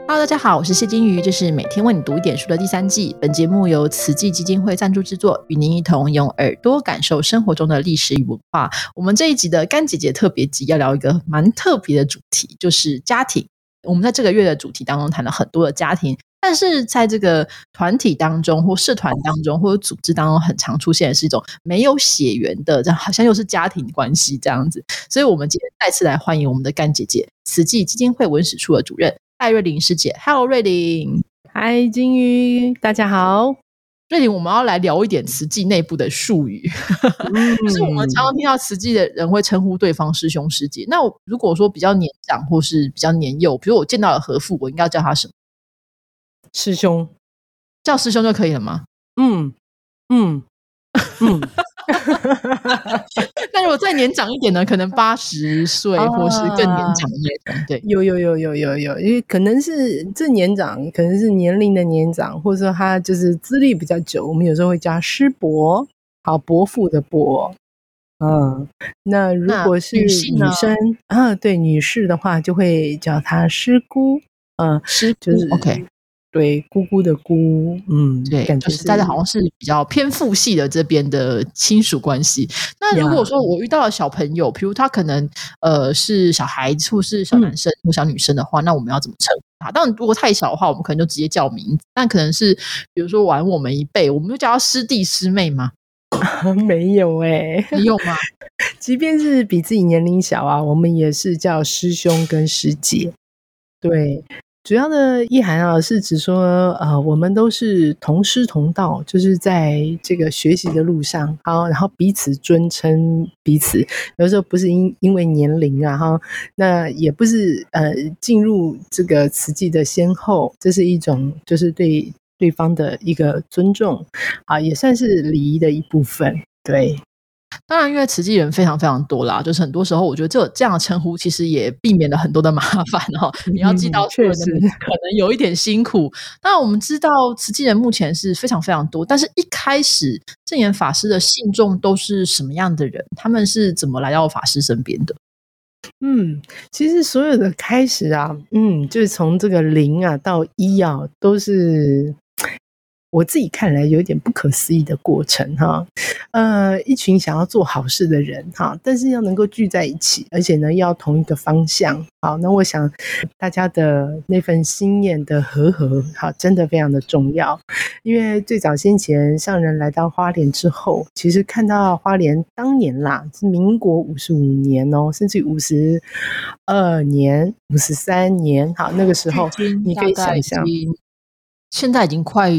Hello， 大家好，我是谢金鱼，这是每天为你读一点书的第3季。本节目由慈济基金会赞助制作，与您一同用耳朵感受生活中的历史与文化。我们这一集的干姐姐特别集要聊一个蛮特别的主题，就是家庭。我们在这个月的主题当中谈了很多的家庭，但是在这个团体当中或社团当中或者组织当中很常出现的是一种没有血缘的，好像又是家庭关系这样子。所以我们今天再次来欢迎我们的干姐姐，慈济基金会文史处的主任艾瑞玲师姐。 Hello 瑞玲。 嗨金鱼，大家好。 瑞玲，我们要来聊一点慈济内部的术语就是我们常常听到慈济的人会称呼对方师兄师姐，那如果说比较年长或是比较年幼，比如我见到了和父，我应该要叫他什么？ 师兄。 叫师兄就可以了吗？那如果再年长一点呢？可能80岁或是更年长的那种。对， 有，因为可能是这年长，可能是年龄的年长，或者说他就是资历比较久，我们有时候会叫师伯，好，伯父的伯。那如果是女生对，女士的话就会叫她师姑。 师姑， 就是 OK， 对，姑姑的姑。 对， 感觉就是大家好像是比较偏父系的这边的亲属关系。那如果说我遇到了小朋友，比如他可能是小孩子或是小男生或小女生的话，那我们要怎么称呼他？当然如果太小的话，我们可能就直接叫名字，但可能是比如说晚我们一辈，我们就叫他师弟师妹吗？ 没有没有吗？ 即便是比自己年龄小啊，我们也是叫师兄跟师姐。对，主要的意涵啊，是指说我们都是同师同道，就是在这个学习的路上，然后彼此尊称彼此。有时候不是因为年龄啊，那也不是进入这个慈济的先后，这是一种就是对对方的一个尊重也算是礼仪的一部分。对， 当然因为慈济人非常非常多啦，就是很多时候我觉得这样的称呼其实也避免了很多的麻烦你要记到所有人的名字可能有一点辛苦。当然我们知道慈济人目前是非常非常多，但是一开始证严法师的信众都是什么样的人？他们是怎么来到法师身边的？ 其实所有的开始啊，就是从这个0到1都是我自己看来有点不可思议的过程一群想要做好事的人但是要能够聚在一起，而且呢要同一个方向。好，那我想大家的那份心念的和真的非常的重要。因为最早先前上人来到花莲之后，其实看到花莲当年啦是民国55年甚至52年53年，好，那个时候你可以想象现在已经快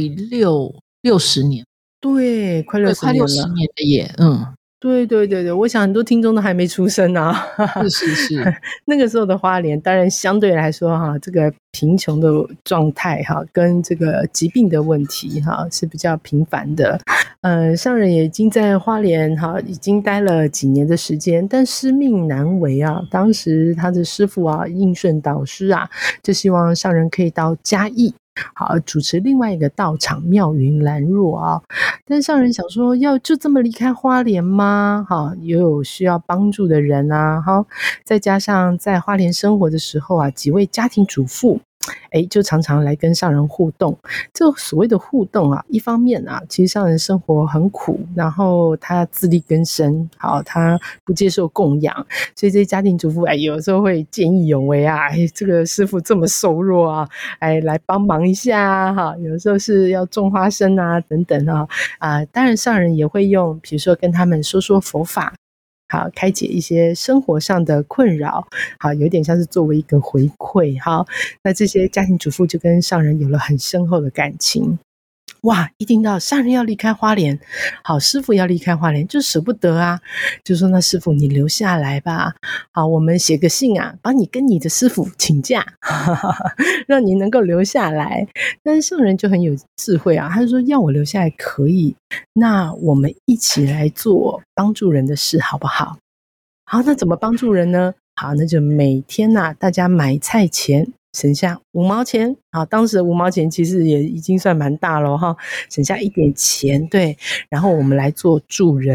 60年。 对，快60年了。 快60年了耶。 对，我想很多听众都还没出生啊。 是那个时候的花莲当然相对来说这个贫穷的状态跟这个疾病的问题是比较频繁的。上人也已经在花莲已经待了几年的时间，但师命难违当时他的师父应顺导师就希望上人可以到嘉义主持另外一个道场妙云兰若但是上人想说要就这么离开花莲吗？也有需要帮助的人再加上在花莲生活的时候几位家庭主妇就常常来跟上人互动。这所谓的互动一方面其实上人生活很苦，然后他自力更生他不接受供养，所以这些家庭主妇有时候会见义勇为这个师父这么瘦弱来帮忙一下有时候是要种花生等等当然上人也会用比如说跟他们说说佛法，开解一些生活上的困扰，有点像是作为一个回馈那这些家庭主妇就跟上人有了很深厚的感情。哇，一听到上人要离开花莲，师父要离开花莲，就舍不得就说那师父你留下来吧，我们写个信帮你跟你的师父请假让你能够留下来。但是上人就很有智慧他就说要我留下来可以，那我们一起来做帮助人的事好不好？好，那怎么帮助人呢？好，那就每天大家买菜钱省下5毛钱当时的5毛钱其实也已经算蛮大了省下一点钱，对，然后我们来做助人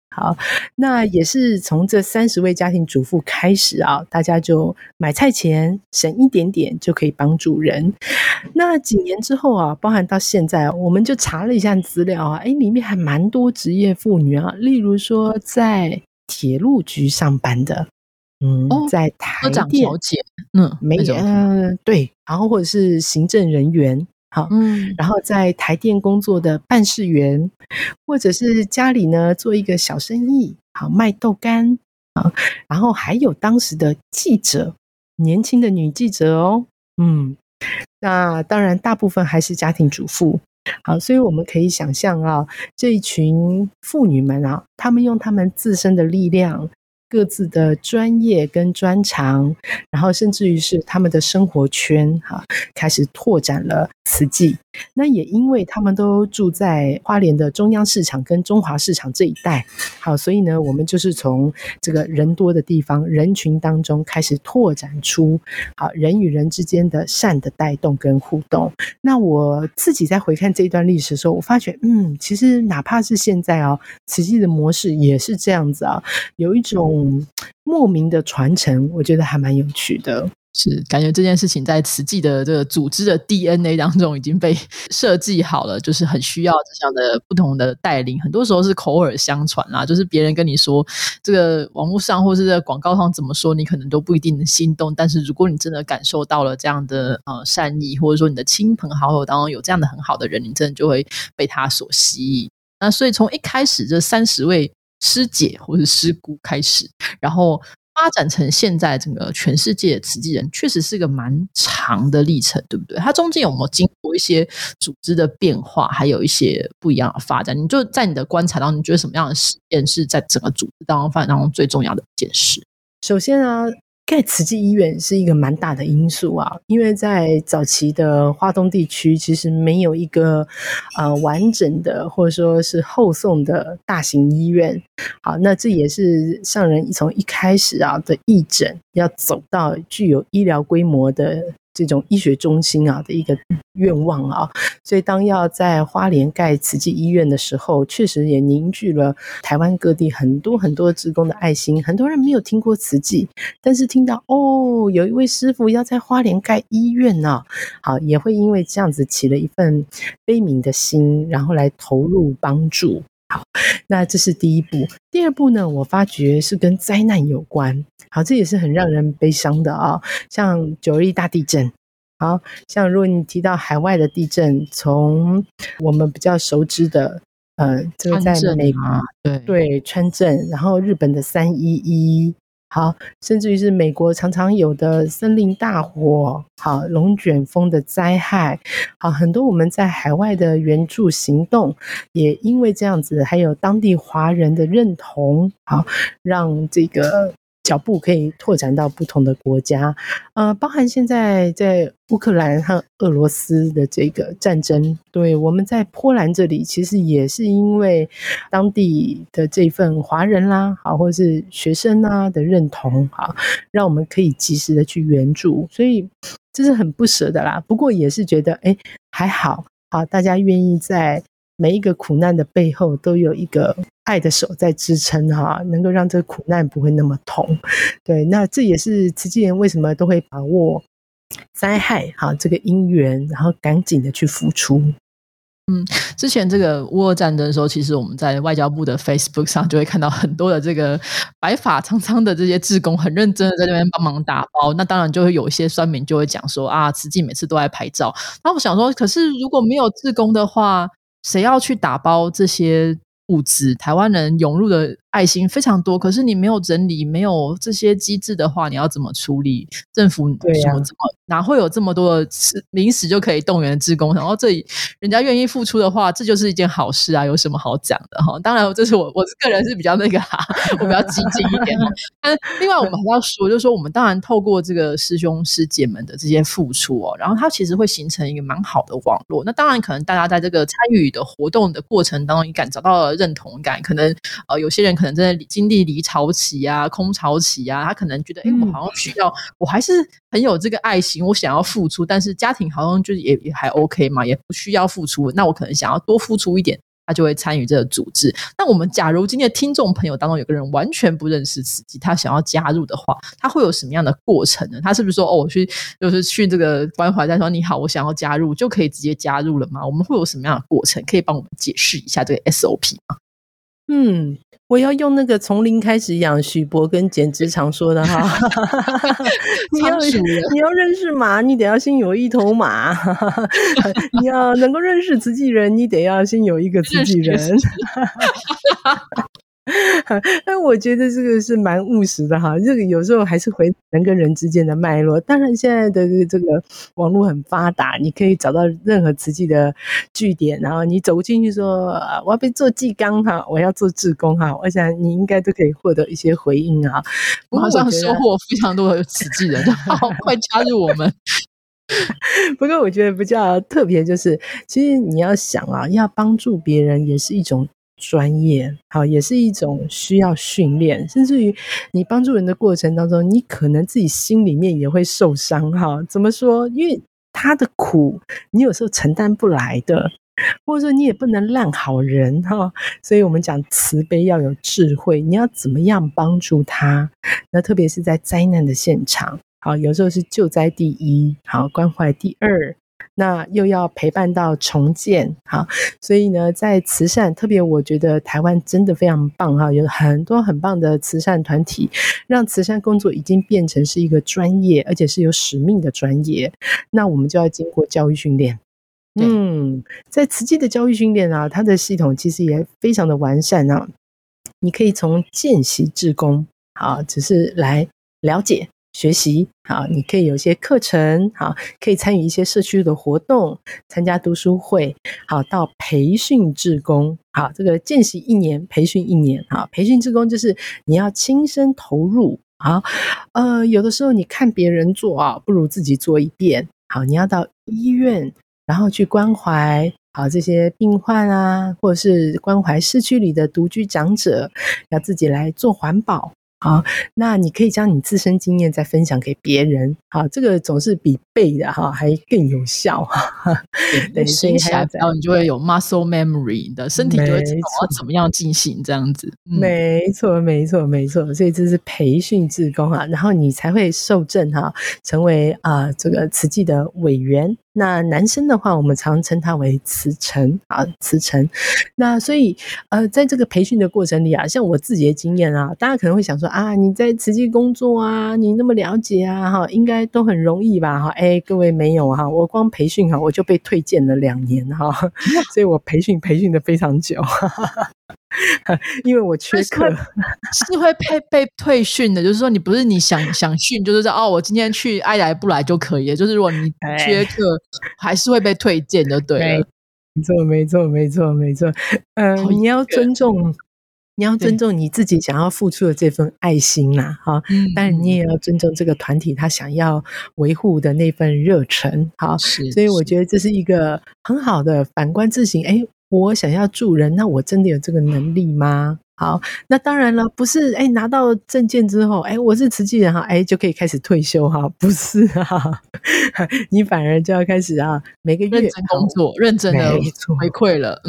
好，那也是从这30位家庭主妇开始啊，大家就买菜钱省一点点就可以帮助人。那几年之后啊，包含到现在，我们就查了一下资料啊，里面还蛮多职业妇女啊，例如说在铁路局上班的，在台科长电， 小姐， 对，然后或者是行政人员，好，然后在台电工作的办事员，或者是家里呢做一个小生意，好，卖豆干，好，然后还有当时的记者，年轻的女记者哦，那当然大部分还是家庭主妇。好，所以我们可以想象啊，这一群妇女们啊，她们用她们自身的力量，各自的专业跟专长，然后甚至于是他们的生活圈开始拓展了慈济。那也因为他们都住在花莲的中央市场跟中华市场这一带，好，所以呢，我们就是从这个人多的地方人群当中开始拓展出好人与人之间的善的带动跟互动。那我自己在回看这一段历史的时候，我发觉其实哪怕是现在啊，慈济的模式也是这样子啊，有一种莫名的传承，我觉得还蛮有趣的。 是感觉这件事情在慈济的这个组织的 DNA 当中已经被设计好了，就是很需要这样的不同的带领，很多时候是口耳相传啦，就是别人跟你说这个网络上或是在广告上怎么说，你可能都不一定能心动，但是如果你真的感受到了这样的善意，或者说你的亲朋好友当中有这样的很好的人，你真的就会被他所吸引。那所以从一开始这30位师姐或是师姑开始，然后发展成现在整个全世界的慈济人，确实是个蛮长的历程，对不对？它中间有没有经过一些组织的变化，还有一些不一样的发展？你就在你的观察当中，你觉得什么样的实验是在整个组织当中发展当中最重要的一件事？ 首先啊，盖慈济医院是一个蛮大的因素啊，因为在早期的花东地区，其实没有一个完整的或者说是后送的大型医院。好，那这也是上人从一开始啊的义诊要走到具有医疗规模的这种医学中心啊的一个愿望啊，所以当要在花莲盖慈济医院的时候，确实也凝聚了台湾各地很多很多志工的爱心。很多人没有听过慈济，但是听到有一位师父要在花莲盖医院啊，好，也会因为这样子起了一份悲悯的心，然后来投入帮助。好，那这是第一步。第二步呢，我发觉是跟灾难有关。好，这也是很让人悲伤的啊，像921大地震。好，像如果你提到海外的地震，从我们比较熟知的这个在美国对川震，然后日本的311，好，甚至于是美国常常有的森林大火，好，龙卷风的灾害，好，很多我们在海外的援助行动，也因为这样子，还有当地华人的认同，好，让这个脚步可以拓展到不同的国家，包含现在在乌克兰和俄罗斯的这个战争，对，我们在波兰这里其实也是因为当地的这份华人啦，好，或者是学生啊的认同，好，让我们可以及时的去援助，所以这是很不舍的啦。不过也是觉得，还好，好，大家愿意在每一个苦难的背后都有一个爱的手在支撑哈，能够让这个苦难不会那么痛。对，那这也是慈济人为什么都会把握灾害哈这个因缘，然后赶紧的去付出。 之前这个乌俄战争的时候，其实我们在外交部的 Facebook 上就会看到很多的这个白发苍苍的这些志工很认真的在那边帮忙打包，那当然就会有一些酸民就会讲说啊，慈济每次都在拍照。那我想说，可是如果没有志工的话，谁要去打包这些物资？台湾人涌入的爱心非常多，可是你没有整理，没有这些机制的话，你要怎么处理？政府哪会有这么多的临时就可以动员的志工？然后这里人家愿意付出的话，这就是一件好事啊，有什么好讲的哈？当然，这是我个人是比较那个我比较激进一点。但另外我们还要说，就是说我们当然透过这个师兄师姐们的这些付出然后它其实会形成一个蛮好的网络。那当然可能大家在这个参与的活动的过程当中，感找到了认同感，可能有些人可能真的经历离巢期啊、空巢期啊，他可能觉得我好像需要，我还是很有这个爱心，我想要付出，但是家庭好像就是也还 OK 嘛，也不需要付出，那我可能想要多付出一点， 他就会参与这个组织。那我们假如今天的听众朋友当中有个人完全不认识慈济，他想要加入的话，他会有什么样的过程呢？他是不是说我就是去这个关怀站说你好我想要加入就可以直接加入了吗？我们会有什么样的过程？可以帮我们解释一下这个 SOP 吗？ 我要用那个从零开始养许伯跟简之常说的哈，你要认识马，你得要先有一头马，你要能够认识慈济人，你得要先有一个慈济人。但我觉得这个是蛮务实的哈，这个有时候还是回人跟人之间的脉络。当然现在的这个网络很发达，你可以找到任何慈济的据点，然后你走进去说我要被做技刚哈，我要做志工哈，我想你应该都可以获得一些回应啊。 马上收获非常多的慈济人，好快加入我们。 不过我觉得比较特别就是，其实你要想啊，要帮助别人也是一种专业，好，也是一种需要训练，甚至于你帮助人的过程当中，你可能自己心里面也会受伤哈。怎么说？因为他的苦，你有时候承担不来的，或者说你也不能烂好人哈。所以我们讲慈悲要有智慧，你要怎么样帮助他？那特别是在灾难的现场，好，有时候是救灾第一，好，关怀第二。那又要陪伴到重建，好，所以呢，在慈善，特别我觉得台湾真的非常棒哈，有很多很棒的慈善团体，让慈善工作已经变成是一个专业，而且是有使命的专业。那我们就要经过教育训练。在慈济的教育训练啊，它的系统其实也非常的完善啊。你可以从见习志工，好，只是来了解。学习好，你可以有一些课程好，可以参与一些社区的活动，参加读书会好，到培训志工好，这个见习1年，培训1年好，培训志工就是你要亲身投入好，有的时候你看别人做啊，不如自己做一遍好，你要到医院，然后去关怀好这些病患啊，或者是关怀市区里的独居长者，要自己来做环保。好，那你可以将你自身经验再分享给别人，好，这个总是比背的哈还更有效。 对，写起来，然后你就会有 muscle memory， 你的身体就会知道我要怎么样进行这样子。 没错，没错，没错。所以这是培训志工啊，然后你才会受证哈，成为这个慈济的委员。那男生的话，我们常称他为慈诚啊，慈诚。那所以在这个培训的过程里啊，像我自己的经验啊，大家可能会想说啊，你在慈济工作啊，你那么了解啊，哈，应该都很容易吧？哈，各位没有哈，我光培训哈，我就被退荐了2年哈，所以我培训的非常久。因为我缺课， 是会被退训的，就是说你不是你想训，就是说我今天去爱来不来就可以了，就是如果你缺课，还是会被退荐就对了。 没错。你要尊重。你要尊重你自己想要付出的这份爱心啦，哈，当然你也要尊重这个团体他想要维护的那份热忱，好，所以我觉得这是一个很好的反观自省，我想要助人，那我真的有这个能力吗？好，那当然了，不是拿到证件之后，我是慈济人哈，就可以开始退休哈，不是啊，你反而就要开始每个月认真工作，认真的回馈了，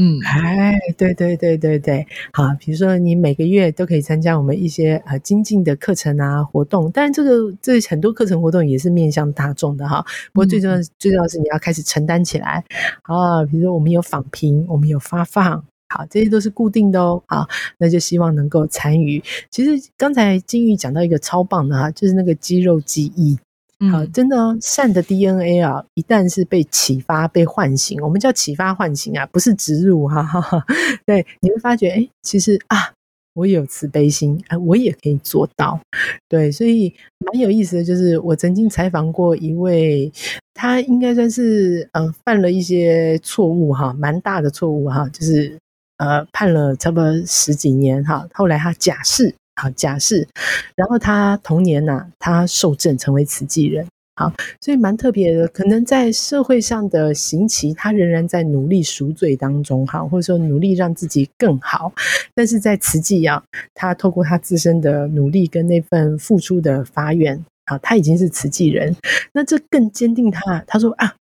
对，好，比如说你每个月都可以参加我们一些精进的课程啊活动，当然这很多课程活动也是面向大众的哈，不过最重要的是你要开始承担起来啊，比如说我们有访评，我们有发放。好，这些都是固定的哦。好，那就希望能够参与。其实刚才金玉讲到一个超棒的哈，就是那个肌肉记忆。好，真的善的 DNA 啊，一旦是被启发、被唤醒，我们叫启发唤醒啊，不是植入哈。对，你会发觉，其实我也有慈悲心，我也可以做到。对，所以蛮有意思的，就是我曾经采访过一位，他应该算是犯了一些错误哈，蛮大的错误哈，就是判了差不多10几年哈，后来他假释，然后他同年他受证成为慈济人。好，所以蛮特别的，可能在社会上的行期，他仍然在努力赎罪当中哈，或者说努力让自己更好，但是在慈济他透过他自身的努力跟那份付出的发愿，他已经是慈济人，那这更坚定他说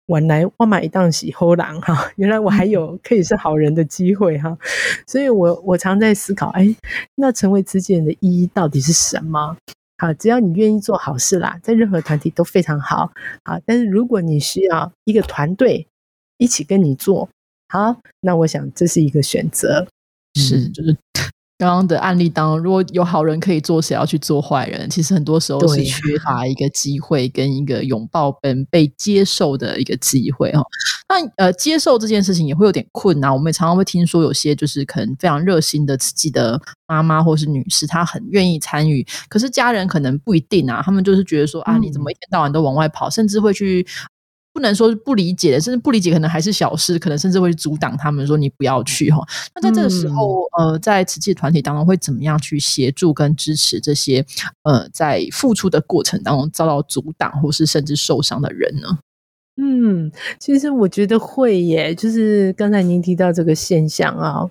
晚来我嘛一当是好人哈，原来我还有可以是好人的机会哈，所以我常在思考，那成为慈济人的意义到底是什么？好，只要你愿意做好事啦，在任何团体都非常好。好，但是如果你需要一个团队一起跟你做，好，那我想这是一个选择。 是，就是刚刚的案例当中，如果有好人可以做，谁要去做坏人？其实很多时候是缺乏一个机会跟一个拥抱跟被接受的一个机会哈。那接受这件事情也会有点困难。我们也常常会听说有些就是可能非常热心的自己的妈妈或是女士，她很愿意参与，可是家人可能不一定啊。他们就是觉得说你怎么一天到晚都往外跑，甚至会去。不能说不理解的，甚至不理解可能还是小事，可能甚至会阻挡他们说你不要去。那在这个时候在慈济团体当中会怎么样去协助跟支持这些在付出的过程当中遭到阻挡或是甚至受伤的人呢？ 其实我觉得会耶，就是刚才您提到这个现象啊，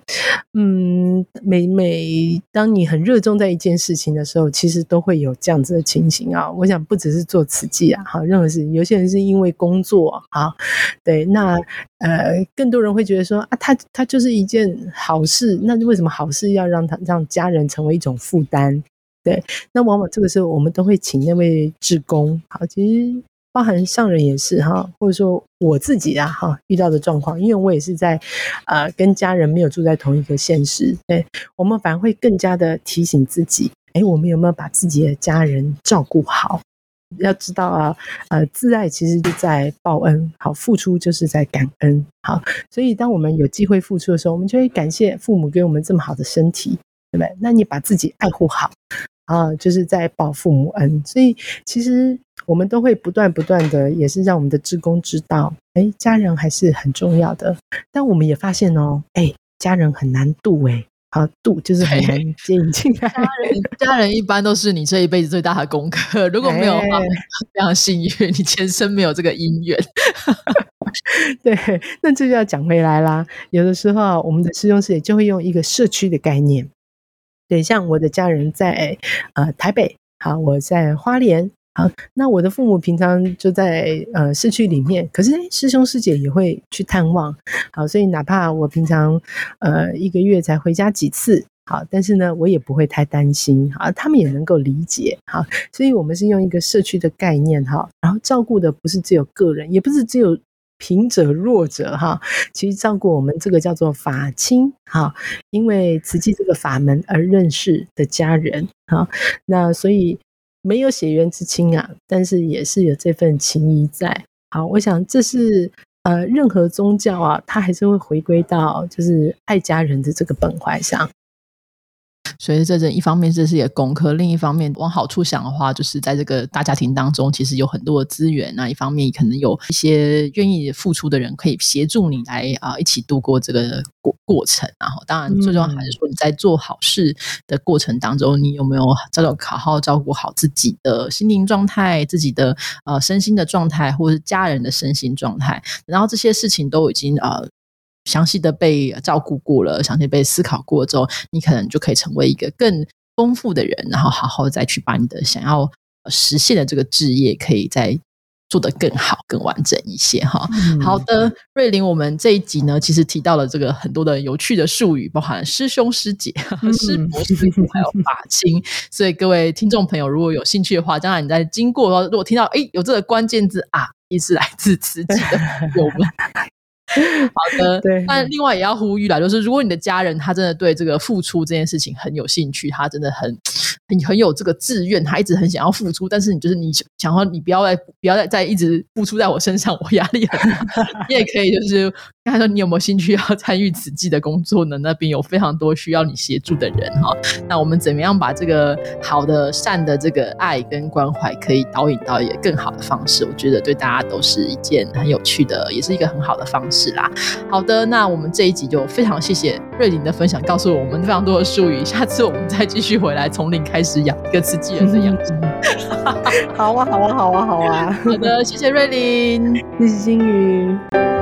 每当你很热衷在一件事情的时候，其实都会有这样子的情形啊。我想不只是做慈济啊，任何事情，有些人是因为工作啊，对，那更多人会觉得说他就是一件好事，那为什么好事要让家人成为一种负担？对，那往往这个时候我们都会请那位志工，好，其实。包含上人也是哈，或者说我自己遇到的状况，因为我也是在跟家人没有住在同一个县市，对，我们反而会更加的提醒自己，我们有没有把自己的家人照顾好？要知道自爱其实是在报恩，好，付出就是在感恩，好，所以当我们有机会付出的时候，我们就会感谢父母给我们这么好的身体，对不对？那你把自己爱护好。就是在报父母恩，所以其实我们都会不断的，也是让我们的志工知道，家人还是很重要的。但我们也发现家人很难度度就是很难接引进来。 家人一般都是你这一辈子最大的功课，如果没有的话，非常幸运，你前生没有这个因缘。 对，那这就要讲回来啦。有的时候我们的师兄师姐就会用一个社区的概念。对，像我的家人在台北，好，我在花莲，好，那我的父母平常就在市区里面，可是师兄师姐也会去探望，好，所以哪怕我平常一个月才回家几次，好，但是呢我也不会太担心，好，他们也能够理解，好，所以我们是用一个社区的概念，好，然后照顾的不是只有个人，也不是只有贫者弱者其实照顾我们这个叫做法亲因为慈济这个法门而认识的家人那所以没有血缘之亲但是也是有这份情谊在。好，我想这是任何宗教它还是会回归到就是爱家人的这个本怀上。 所以这一方面这是一个功课，另一方面往好处想的话，就是在这个大家庭当中其实有很多的资源，那一方面可能有一些愿意付出的人可以协助你来一起度过这个过程。然后当然最重要还是说你在做好事的过程当中，你有没有好好照顾好自己的心灵状态，自己的身心的状态，或是家人的身心状态，然后这些事情都已经详细的被照顾过了，详细被思考过之后，你可能就可以成为一个更丰富的人，然后好好再去把你的想要实现的这个志业可以再做得更好更完整一些好的，瑞琳，我们这一集呢其实提到了这个很多的有趣的术语，包含师兄师姐师伯师父还有法亲所以各位听众朋友如果有兴趣的话，当然你在经过如果听到有这个关键字一是来自慈济的朋友们好的，但另外也要呼吁啦，就是如果你的家人他真的对这个付出这件事情很有兴趣，他真的很有这个志愿，他一直很想要付出，但是你想说你不要再一直付出在我身上，我压力很大你也可以就是跟他说你有没有兴趣要参与慈济的工作呢？那边有非常多需要你协助的人那我们怎么样把这个好的善的这个爱跟关怀可以导引到一个更好的方式，我觉得对大家都是一件很有趣的，也是一个很好的方式啦。好的，那我们这一集就非常谢谢瑞琳的分享，告诉我们非常多的术语，下次我们再继续回来从零开始养一个慈济人的样子好啊。 好的，谢谢瑞琳， 谢谢金鱼。